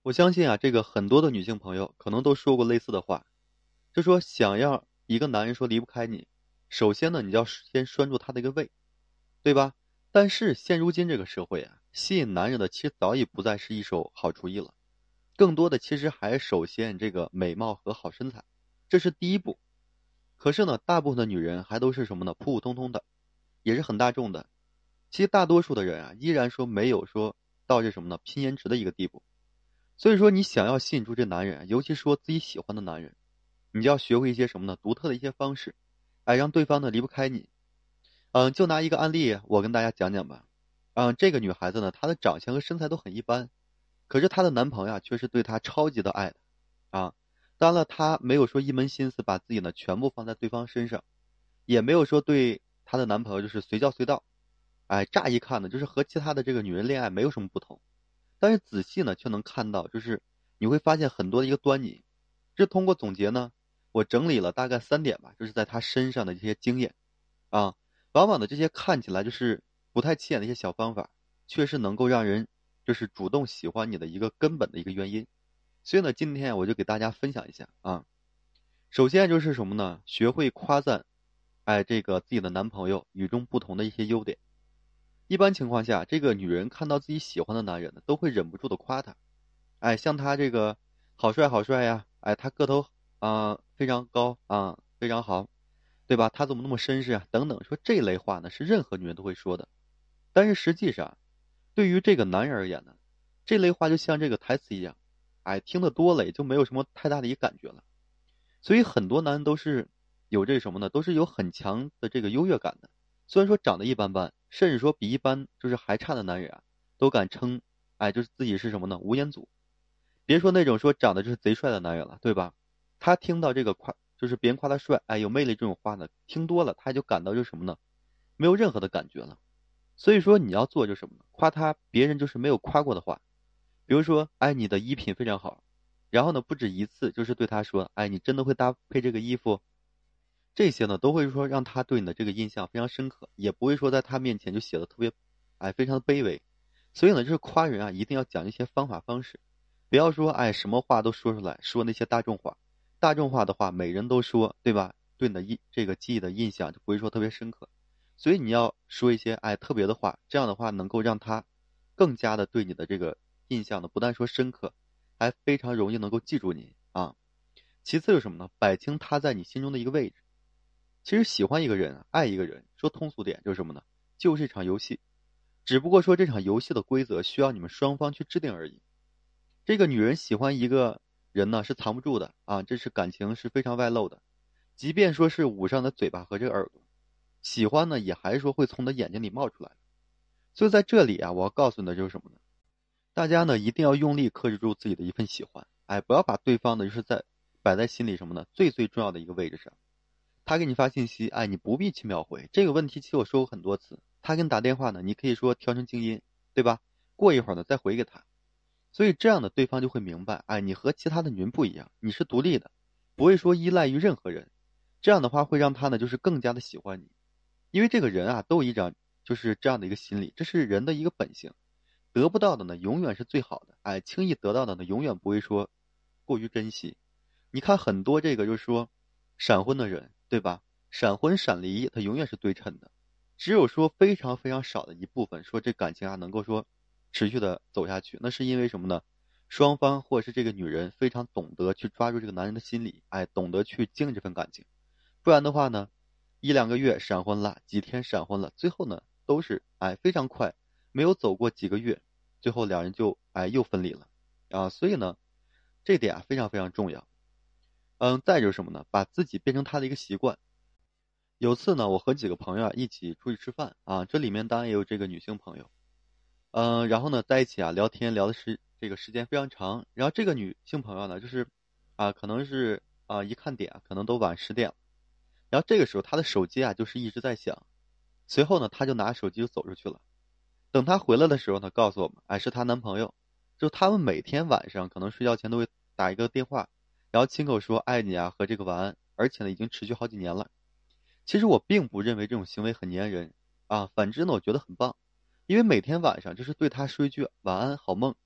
我相信啊，这个很多的女性朋友可能都说过类似的话，就说想要一个男人说离不开你，首先呢，你就要先拴住他的一个胃，对吧？但是现如今这个社会啊，吸引男人的其实早已不再是一手好厨艺了，更多的其实还首先这个美貌和好身材，这是第一步。可是呢，大部分的女人还都是什么呢？普普通通的，也是很大众的。其实大多数的人啊，依然说没有说到这什么呢？拼颜值的一个地步。所以说，你想要吸引住这男人，尤其说自己喜欢的男人，你就要学会一些什么呢？独特的一些方式，哎，让对方呢离不开你。就拿一个案例，我跟大家讲讲吧。这个女孩子呢，她的长相和身材都很一般，可是她的男朋友啊，却是对她超级的爱的。啊，当然了，她没有说一门心思把自己呢全部放在对方身上，也没有说对她的男朋友就是随叫随到。哎，乍一看呢，就是和其他的这个女人恋爱没有什么不同。但是仔细呢，却能看到，就是你会发现很多的一个端倪。这通过总结呢，我整理了大概3点吧，就是在他身上的这些经验啊，往往的这些看起来就是不太起眼的一些小方法，确实能够让人就是主动喜欢你的一个根本的一个原因。所以呢，今天我就给大家分享一下啊。首先就是什么呢？学会夸赞，哎，这个自己的男朋友与众不同的一些优点。一般情况下，这个女人看到自己喜欢的男人呢，都会忍不住的夸他。哎，像他这个好帅好帅呀，哎，他个头非常高啊，非常好，对吧？他怎么那么绅士啊？等等，说这类话呢，是任何女人都会说的。但是实际上，对于这个男人而言呢，这类话就像这个台词一样，哎，听得多了也就没有什么太大的一个感觉了。所以很多男人都是有这什么呢？都是有很强的这个优越感的。虽然说长得一般般，甚至说比一般就是还差的男人啊，都敢称，哎，就是自己是什么呢？无颜组。别说那种说长得就是贼帅的男人了，对吧？他听到这个夸，就是别人夸他帅，哎，有魅力这种话呢，听多了他就感到就是什么呢？没有任何的感觉了。所以说你要做就是什么呢？夸他别人就是没有夸过的话，比如说，哎，你的衣品非常好，然后呢不止一次，就是对他说，哎，你真的会搭配这个衣服，这些呢都会说让他对你的这个印象非常深刻，也不会说在他面前就显得特别，哎，非常的卑微。所以呢，就是夸人啊，一定要讲一些方法方式，不要说哎什么话都说出来，说那些大众话。大众化的话，每人都说，对吧？对你的这个记忆的印象就不会说特别深刻。所以你要说一些哎特别的话，这样的话能够让他更加的对你的这个印象呢，不但说深刻，还非常容易能够记住你啊。其次是什么呢？摆清他在你心中的一个位置。其实喜欢一个人啊，爱一个人，说通俗点就是什么呢？就是一场游戏，只不过说这场游戏的规则需要你们双方去制定而已。这个女人喜欢一个人呢，是藏不住的啊，这是感情是非常外露的。即便说是捂上的嘴巴和这个耳朵，喜欢呢，也还是说会从他眼睛里冒出来。所以在这里啊，我要告诉你的就是什么呢？大家呢一定要用力克制住自己的一份喜欢，哎，不要把对方呢就是摆在心里什么呢最最重要的一个位置上。他给你发信息，哎，你不必去秒回。这个问题其实我说过很多次。他给你打电话呢，你可以说调成静音，对吧？过一会儿呢再回给他。所以这样的对方就会明白，哎，你和其他的女人不一样，你是独立的，不会说依赖于任何人。这样的话会让他呢就是更加的喜欢你，因为这个人啊都有一张就是这样的一个心理，这是人的一个本性。得不到的呢永远是最好的，哎，轻易得到的呢永远不会说过于珍惜。你看很多这个就是说闪婚的人，对吧？闪婚闪离，它永远是对称的。只有说非常非常少的一部分，说这感情啊能够说持续的走下去，那是因为什么呢？双方或者是这个女人非常懂得去抓住这个男人的心理，哎，懂得去经营这份感情。不然的话呢，一两个月闪婚了，几天闪婚了，最后呢都是哎非常快，没有走过几个月，最后两人就哎又分离了啊。所以呢，这点啊非常非常重要。再就是什么呢？把自己变成他的一个习惯。有次呢，我和几个朋友啊一起出去吃饭啊，这里面当然也有这个女性朋友。然后呢，在一起啊聊天聊的是这个时间非常长。然后这个女性朋友呢，就是可能是一看点啊，可能都晚10点了。然后这个时候她的手机啊就是一直在响。随后呢，她就拿手机就走出去了。等她回来的时候呢，告诉我们，哎，是她男朋友。就他们每天晚上可能睡觉前都会打一个电话，然后亲口说爱你啊和这个晚安，而且呢已经持续好几年了。其实我并不认为这种行为很粘人啊，反之呢，我觉得很棒，因为每天晚上就是对他说一句晚安好梦，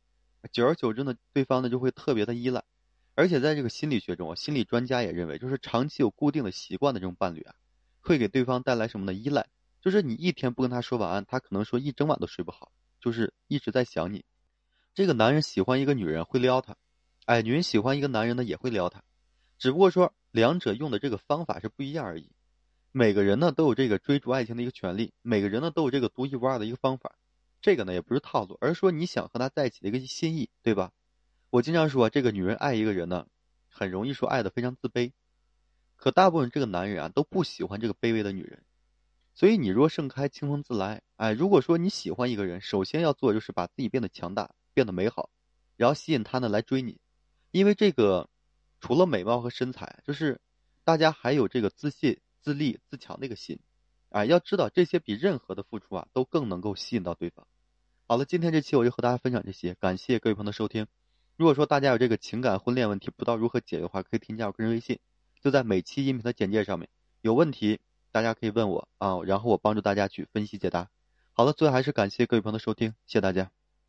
久而久之呢，对方呢就会特别的依赖。而且在这个心理学中啊，心理专家也认为，就是长期有固定的习惯的这种伴侣啊，会给对方带来什么呢？依赖。就是你一天不跟他说晚安，他可能说一整晚都睡不好，就是一直在想你。这个男人喜欢一个女人会撩她，哎，女人喜欢一个男人呢也会撩她，只不过说两者用的这个方法是不一样而已。每个人呢都有这个追逐爱情的一个权利，每个人呢都有这个独一无二的一个方法。这个呢也不是套路，而是说你想和他在一起的一个心意，对吧？我经常说，这个女人爱一个人呢，很容易说爱的非常自卑，可大部分这个男人啊都不喜欢这个卑微的女人。所以你若盛开，清风自来。哎，如果说你喜欢一个人，首先要做就是把自己变得强大，变得美好，然后吸引他呢来追你。因为这个除了美貌和身材，就是大家还有这个自信、自立、自强的一个心。哎，要知道这些比任何的付出啊都更能够吸引到对方。好了，今天这期我就和大家分享这些，感谢各位朋友的收听。如果说大家有这个情感婚恋问题不知道如何解决的话，可以添加我个人微信，就在每期音频的简介上面。有问题大家可以问我啊，然后我帮助大家去分析解答。好了，最后还是感谢各位朋友的收听，谢谢大家。